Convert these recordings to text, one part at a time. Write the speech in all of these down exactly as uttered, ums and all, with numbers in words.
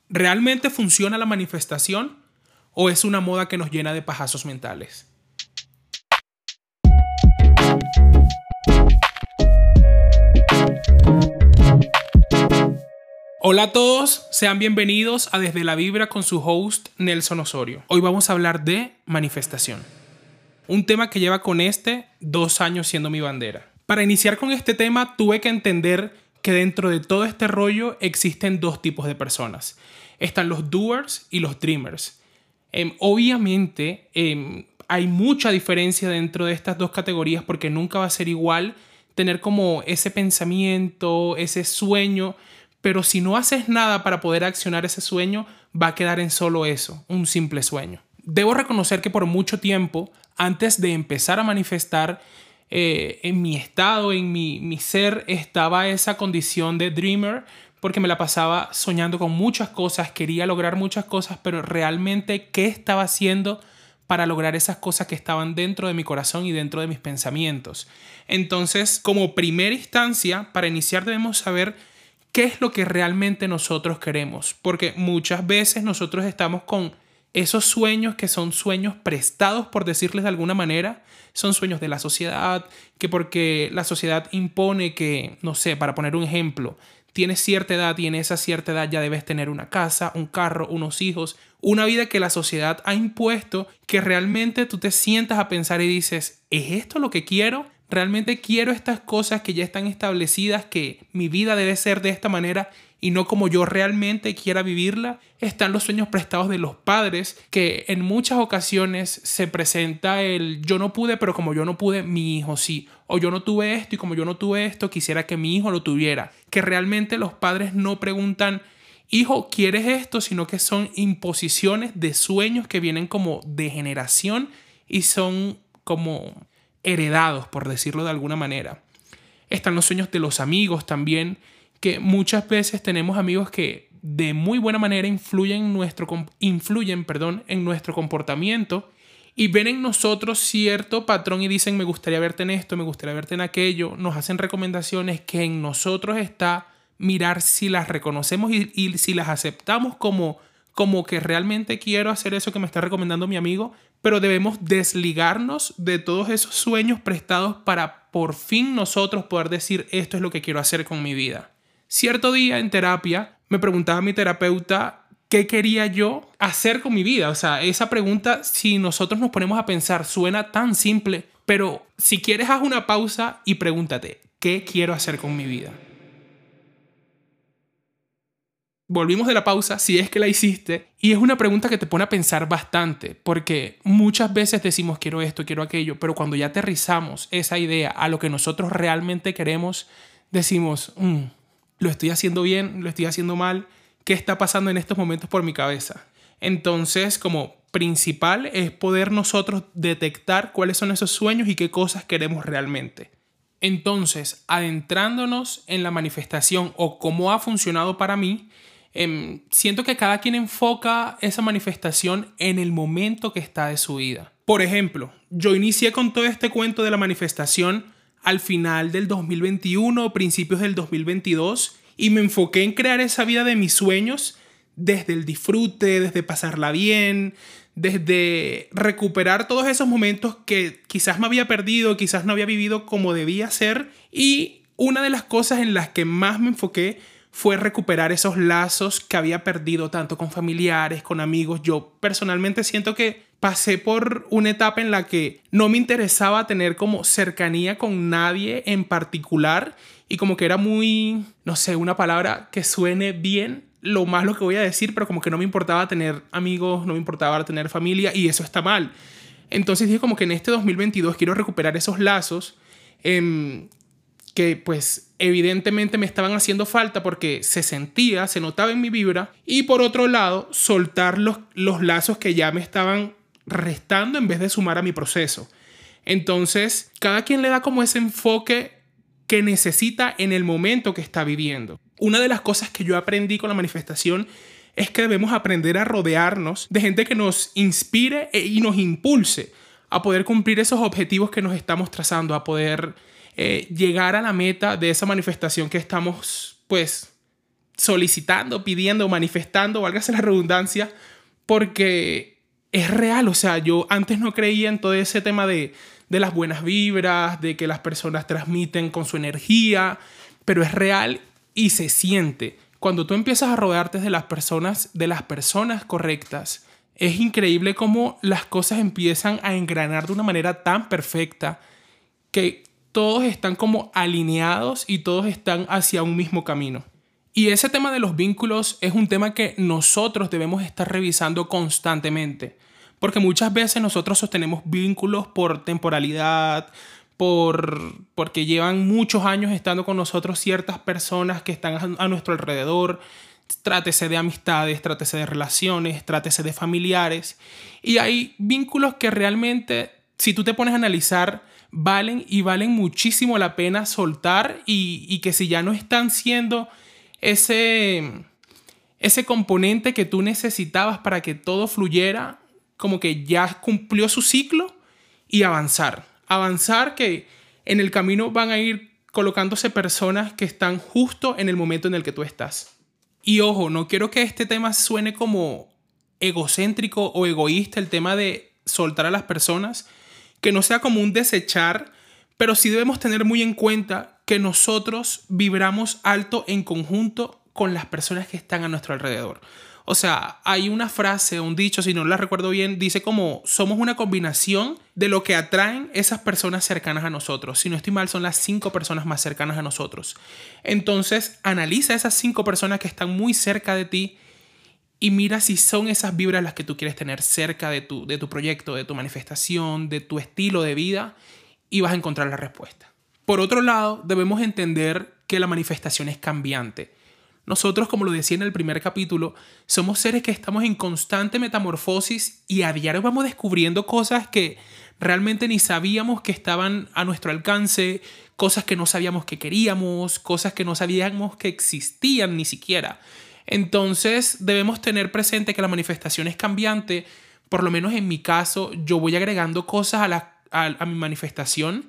¿Realmente funciona la manifestación o es una moda que nos llena de pajazos mentales? Hola a todos, sean bienvenidos a Desde la Vibra con su host Nelson Osorio. Hoy vamos a hablar de manifestación, un tema que lleva con este dos años siendo mi bandera. Para iniciar con este tema tuve que entender que dentro de todo este rollo existen dos tipos de personas. Están los doers y los dreamers. Eh, obviamente eh, hay mucha diferencia dentro de estas dos categorías porque nunca va a ser igual tener como ese pensamiento, ese sueño, pero si no haces nada para poder accionar ese sueño, va a quedar en solo eso, un simple sueño. Debo reconocer que por mucho tiempo, antes de empezar a manifestar, eh, en mi estado, en mi, mi ser, estaba esa condición de dreamer, porque me la pasaba soñando con muchas cosas, quería lograr muchas cosas, pero realmente, ¿qué estaba haciendo para lograr esas cosas que estaban dentro de mi corazón y dentro de mis pensamientos? Entonces, como primera instancia, para iniciar debemos saber qué es lo que realmente nosotros queremos, porque muchas veces nosotros estamos con esos sueños que son sueños prestados, por decirles de alguna manera, son sueños de la sociedad, que porque la sociedad impone que, no sé, para poner un ejemplo, tienes cierta edad y en esa cierta edad ya debes tener una casa, un carro, unos hijos, una vida que la sociedad ha impuesto, que realmente tú te sientas a pensar y dices, ¿es esto lo que quiero? ¿Realmente quiero estas cosas que ya están establecidas, que mi vida debe ser de esta manera y no como yo realmente quiera vivirla? Están los sueños prestados de los padres, que en muchas ocasiones se presenta el yo no pude, pero como yo no pude, mi hijo sí. O yo no tuve esto y como yo no tuve esto, quisiera que mi hijo lo tuviera. Que realmente los padres no preguntan, hijo, ¿quieres esto? Sino que son imposiciones de sueños que vienen como de generación y son como heredados, por decirlo de alguna manera. Están los sueños de los amigos también, que muchas veces tenemos amigos que de muy buena manera influyen, nuestro, influyen perdón, en nuestro comportamiento y ven en nosotros cierto patrón y dicen me gustaría verte en esto, me gustaría verte en aquello, nos hacen recomendaciones que en nosotros está mirar si las reconocemos y, y si las aceptamos como, como que realmente quiero hacer eso que me está recomendando mi amigo, pero debemos desligarnos de todos esos sueños prestados para por fin nosotros poder decir esto es lo que quiero hacer con mi vida. Cierto día en terapia me preguntaba mi terapeuta qué quería yo hacer con mi vida. O sea, esa pregunta, si nosotros nos ponemos a pensar, suena tan simple, pero si quieres haz una pausa y pregúntate, ¿qué quiero hacer con mi vida? Volvimos de la pausa, si es que la hiciste, y es una pregunta que te pone a pensar bastante, porque muchas veces decimos quiero esto, quiero aquello, pero cuando ya aterrizamos esa idea a lo que nosotros realmente queremos, decimos, mmm, ¿lo estoy haciendo bien? ¿Lo estoy haciendo mal? ¿Qué está pasando en estos momentos por mi cabeza? Entonces, como principal es poder nosotros detectar cuáles son esos sueños y qué cosas queremos realmente. Entonces, adentrándonos en la manifestación o cómo ha funcionado para mí, eh, siento que cada quien enfoca esa manifestación en el momento que está de su vida. Por ejemplo, yo inicié con todo este cuento de la manifestación al final del dos mil veintiuno, principios del dos mil veintidós, y me enfoqué en crear esa vida de mis sueños desde el disfrute, desde pasarla bien, desde recuperar todos esos momentos que quizás me había perdido, quizás no había vivido como debía ser. Y una de las cosas en las que más me enfoqué fue recuperar esos lazos que había perdido tanto con familiares, con amigos. Yo personalmente siento que pasé por una etapa en la que no me interesaba tener como cercanía con nadie en particular y como que era muy, no sé, una palabra que suene bien, lo más lo que voy a decir, pero como que no me importaba tener amigos, no me importaba tener familia y eso está mal. Entonces dije como que en este dos mil veintidós quiero recuperar esos lazos eh, que pues evidentemente me estaban haciendo falta porque se sentía, se notaba en mi vibra, y por otro lado soltar los, los lazos que ya me estaban restando en vez de sumar a mi proceso. Entonces cada quien le da como ese enfoque que necesita en el momento que está viviendo. Una de las cosas que yo aprendí con la manifestación es que debemos aprender a rodearnos de gente que nos inspire y nos impulse a poder cumplir esos objetivos que nos estamos trazando, a poder eh, llegar a la meta de esa manifestación que estamos, pues, solicitando, pidiendo, manifestando, válgase la redundancia, porque es real. O sea, yo antes no creía en todo ese tema de, de las buenas vibras, de que las personas transmiten con su energía, pero es real y se siente. Cuando tú empiezas a rodearte de las personas, de las personas correctas, es increíble cómo las cosas empiezan a engranar de una manera tan perfecta que todos están como alineados y todos están hacia un mismo camino. Y ese tema de los vínculos es un tema que nosotros debemos estar revisando constantemente, porque muchas veces nosotros sostenemos vínculos por temporalidad, por, porque llevan muchos años estando con nosotros ciertas personas que están a, a nuestro alrededor. Trátese de amistades, trátese de relaciones, trátese de familiares. Y hay vínculos que realmente, si tú te pones a analizar, valen y valen muchísimo la pena soltar y, y que si ya no están siendo ese, ese componente que tú necesitabas para que todo fluyera, como que ya cumplió su ciclo y avanzar. Avanzar que en el camino van a ir colocándose personas que están justo en el momento en el que tú estás. Y ojo, no quiero que este tema suene como egocéntrico o egoísta, el tema de soltar a las personas, que no sea como un desechar, pero sí debemos tener muy en cuenta que nosotros vibramos alto en conjunto con las personas que están a nuestro alrededor. O sea, hay una frase, un dicho, si no la recuerdo bien, dice como somos una combinación de lo que atraen esas personas cercanas a nosotros. Si no estoy mal, son las cinco personas más cercanas a nosotros. Entonces, analiza esas cinco personas que están muy cerca de ti y mira si son esas vibras las que tú quieres tener cerca de tu, de tu proyecto, de tu manifestación, de tu estilo de vida, y vas a encontrar la respuesta. Por otro lado, debemos entender que la manifestación es cambiante. Nosotros, como lo decía en el primer capítulo, somos seres que estamos en constante metamorfosis y a diario vamos descubriendo cosas que realmente ni sabíamos que estaban a nuestro alcance, cosas que no sabíamos que queríamos, cosas que no sabíamos que existían ni siquiera. Entonces debemos tener presente que la manifestación es cambiante. Por lo menos en mi caso, yo voy agregando cosas a, la, a, a mi manifestación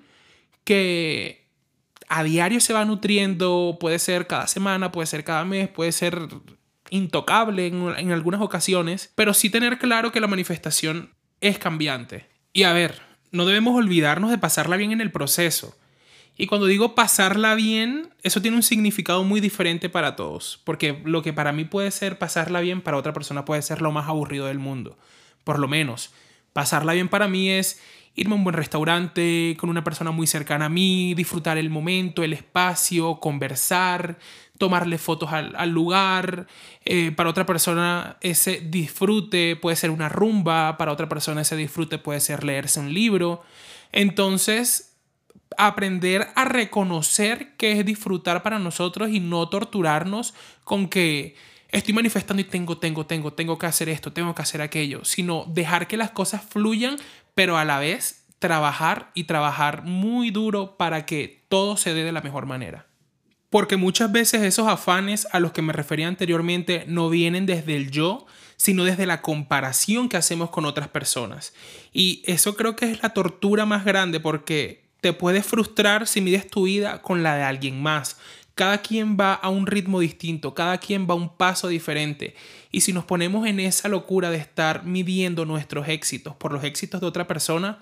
que a diario se va nutriendo, puede ser cada semana, puede ser cada mes, puede ser intocable en, en algunas ocasiones, pero sí tener claro que la manifestación es cambiante. Y a ver, no debemos olvidarnos de pasarla bien en el proceso. Y cuando digo pasarla bien, eso tiene un significado muy diferente para todos, porque lo que para mí puede ser pasarla bien, para otra persona puede ser lo más aburrido del mundo. Por lo menos, pasarla bien para mí es irme a un buen restaurante con una persona muy cercana a mí, disfrutar el momento, el espacio, conversar, tomarle fotos al, al lugar. Eh, para otra persona ese disfrute puede ser una rumba, para otra persona ese disfrute puede ser leerse un libro. Entonces, aprender a reconocer qué es disfrutar para nosotros y no torturarnos con que estoy manifestando y tengo, tengo, tengo, tengo que hacer esto, tengo que hacer aquello, sino dejar que las cosas fluyan, pero a la vez trabajar y trabajar muy duro para que todo se dé de la mejor manera. Porque muchas veces esos afanes a los que me refería anteriormente no vienen desde el yo, sino desde la comparación que hacemos con otras personas. Y eso creo que es la tortura más grande, porque te puedes frustrar si mides tu vida con la de alguien más. Cada quien va a un ritmo distinto, cada quien va a un paso diferente. Y si nos ponemos en esa locura de estar midiendo nuestros éxitos por los éxitos de otra persona,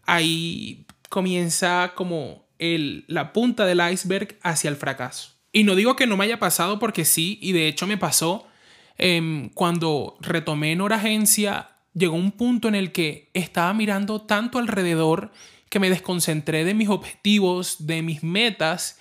ahí comienza como el, la punta del iceberg hacia el fracaso. Y no digo que no me haya pasado, porque sí, y de hecho me pasó. Eh, cuando retomé en hora agencia, llegó un punto en el que estaba mirando tanto alrededor que me desconcentré de mis objetivos, de mis metas.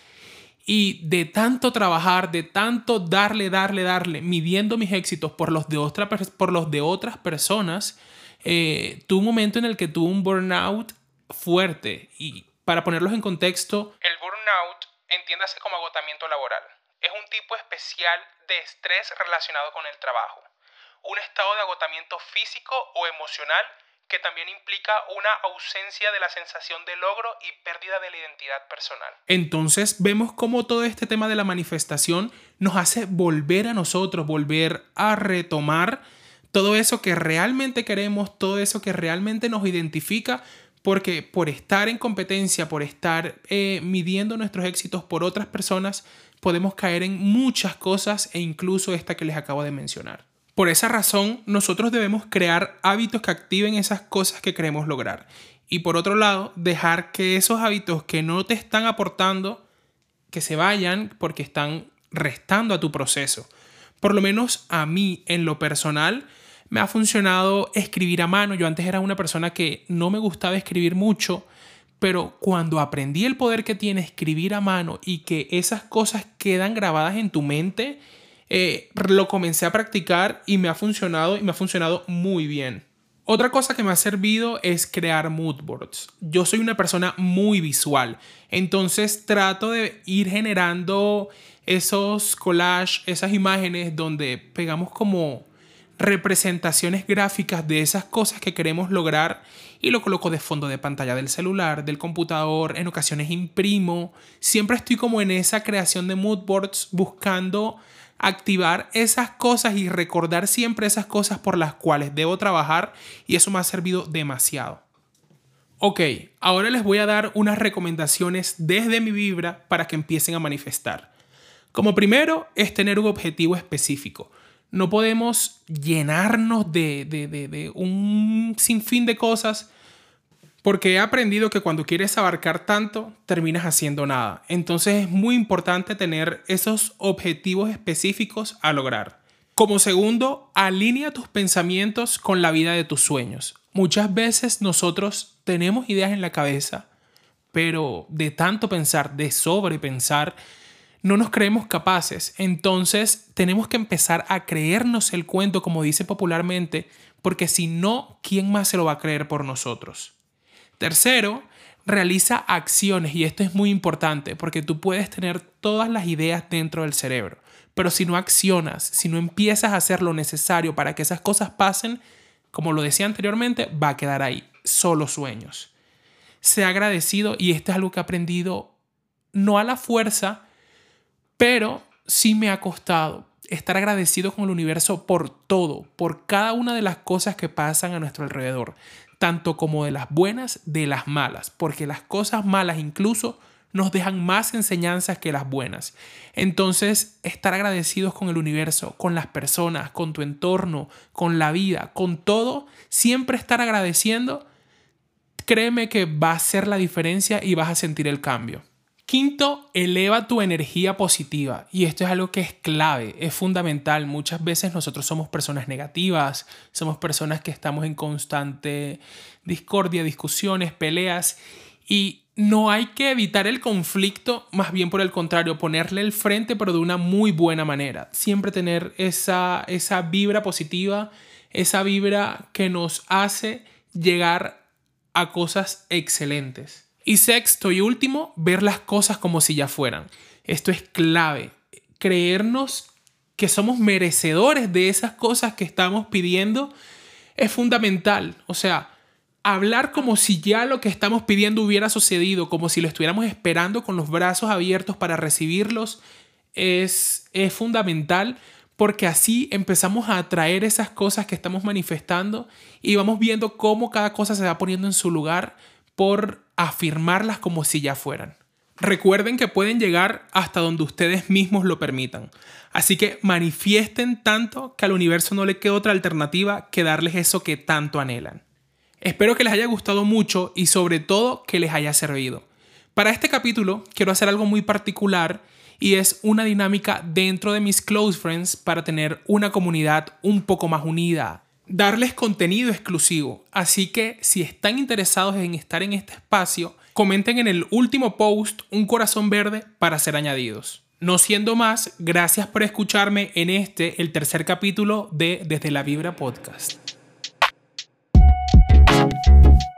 Y de tanto trabajar, de tanto darle, darle, darle, midiendo mis éxitos por los de, otra, por los de otras personas, eh, tuve un momento en el que tuve un burnout fuerte. Y para ponerlos en contexto, el burnout, entiéndase como agotamiento laboral, es un tipo especial de estrés relacionado con el trabajo. Un estado de agotamiento físico o emocional que también implica una ausencia de la sensación de logro y pérdida de la identidad personal. Entonces vemos cómo todo este tema de la manifestación nos hace volver a nosotros, volver a retomar todo eso que realmente queremos, todo eso que realmente nos identifica, porque por estar en competencia, por estar eh, midiendo nuestros éxitos por otras personas, podemos caer en muchas cosas e incluso esta que les acabo de mencionar. Por esa razón, nosotros debemos crear hábitos que activen esas cosas que queremos lograr. Y por otro lado, dejar que esos hábitos que no te están aportando, que se vayan porque están restando a tu proceso. Por lo menos a mí, en lo personal, me ha funcionado escribir a mano. Yo antes era una persona que no me gustaba escribir mucho, pero cuando aprendí el poder que tiene escribir a mano y que esas cosas quedan grabadas en tu mente, eh, lo comencé a practicar y me ha funcionado y me ha funcionado muy bien. Otra cosa que me ha servido es crear mood boards. Yo soy una persona muy visual, entonces trato de ir generando esos collages, esas imágenes donde pegamos como representaciones gráficas de esas cosas que queremos lograr y lo coloco de fondo de pantalla del celular, del computador, en ocasiones imprimo. Siempre estoy como en esa creación de mood boards buscando activar esas cosas y recordar siempre esas cosas por las cuales debo trabajar, y eso me ha servido demasiado. Ok, ahora les voy a dar unas recomendaciones desde mi vibra para que empiecen a manifestar. Como primero es tener un objetivo específico. No podemos llenarnos de, de, de, de un sinfín de cosas, porque he aprendido que cuando quieres abarcar tanto, terminas haciendo nada. Entonces es muy importante tener esos objetivos específicos a lograr. Como segundo, alinea tus pensamientos con la vida de tus sueños. Muchas veces nosotros tenemos ideas en la cabeza, pero de tanto pensar, de sobrepensar, no nos creemos capaces. Entonces tenemos que empezar a creernos el cuento, como dice popularmente, porque si no, ¿quién más se lo va a creer por nosotros? Tercero, realiza acciones, y esto es muy importante porque tú puedes tener todas las ideas dentro del cerebro, pero si no accionas, si no empiezas a hacer lo necesario para que esas cosas pasen, como lo decía anteriormente, va a quedar ahí, solo sueños. Sé agradecido, y esto es algo que he aprendido no a la fuerza, pero sí me ha costado estar agradecido con el universo por todo, por cada una de las cosas que pasan a nuestro alrededor, tanto como de las buenas, de las malas, porque las cosas malas incluso nos dejan más enseñanzas que las buenas. Entonces, estar agradecidos con el universo, con las personas, con tu entorno, con la vida, con todo, siempre estar agradeciendo, créeme que va a hacer la diferencia y vas a sentir el cambio. Quinto, eleva tu energía positiva, y esto es algo que es clave, es fundamental. Muchas veces nosotros somos personas negativas, somos personas que estamos en constante discordia, discusiones, peleas, y no hay que evitar el conflicto, más bien por el contrario, ponerle el frente, pero de una muy buena manera. Siempre tener esa, esa vibra positiva, esa vibra que nos hace llegar a cosas excelentes. Y sexto y último, ver las cosas como si ya fueran. Esto es clave. Creernos que somos merecedores de esas cosas que estamos pidiendo es fundamental. O sea, hablar como si ya lo que estamos pidiendo hubiera sucedido, como si lo estuviéramos esperando con los brazos abiertos para recibirlos, es, es fundamental, porque así empezamos a atraer esas cosas que estamos manifestando y vamos viendo cómo cada cosa se va poniendo en su lugar por afirmarlas como si ya fueran. Recuerden que pueden llegar hasta donde ustedes mismos lo permitan. Así que manifiesten tanto que al universo no le quede otra alternativa que darles eso que tanto anhelan. Espero que les haya gustado mucho y sobre todo que les haya servido. Para este capítulo quiero hacer algo muy particular, y es una dinámica dentro de mis close friends para tener una comunidad un poco más unida, darles contenido exclusivo. Así que si están interesados en estar en este espacio, comenten en el último post un corazón verde para ser añadidos. No siendo más, gracias por escucharme en este, el tercer capítulo de Desde la Vibra Podcast.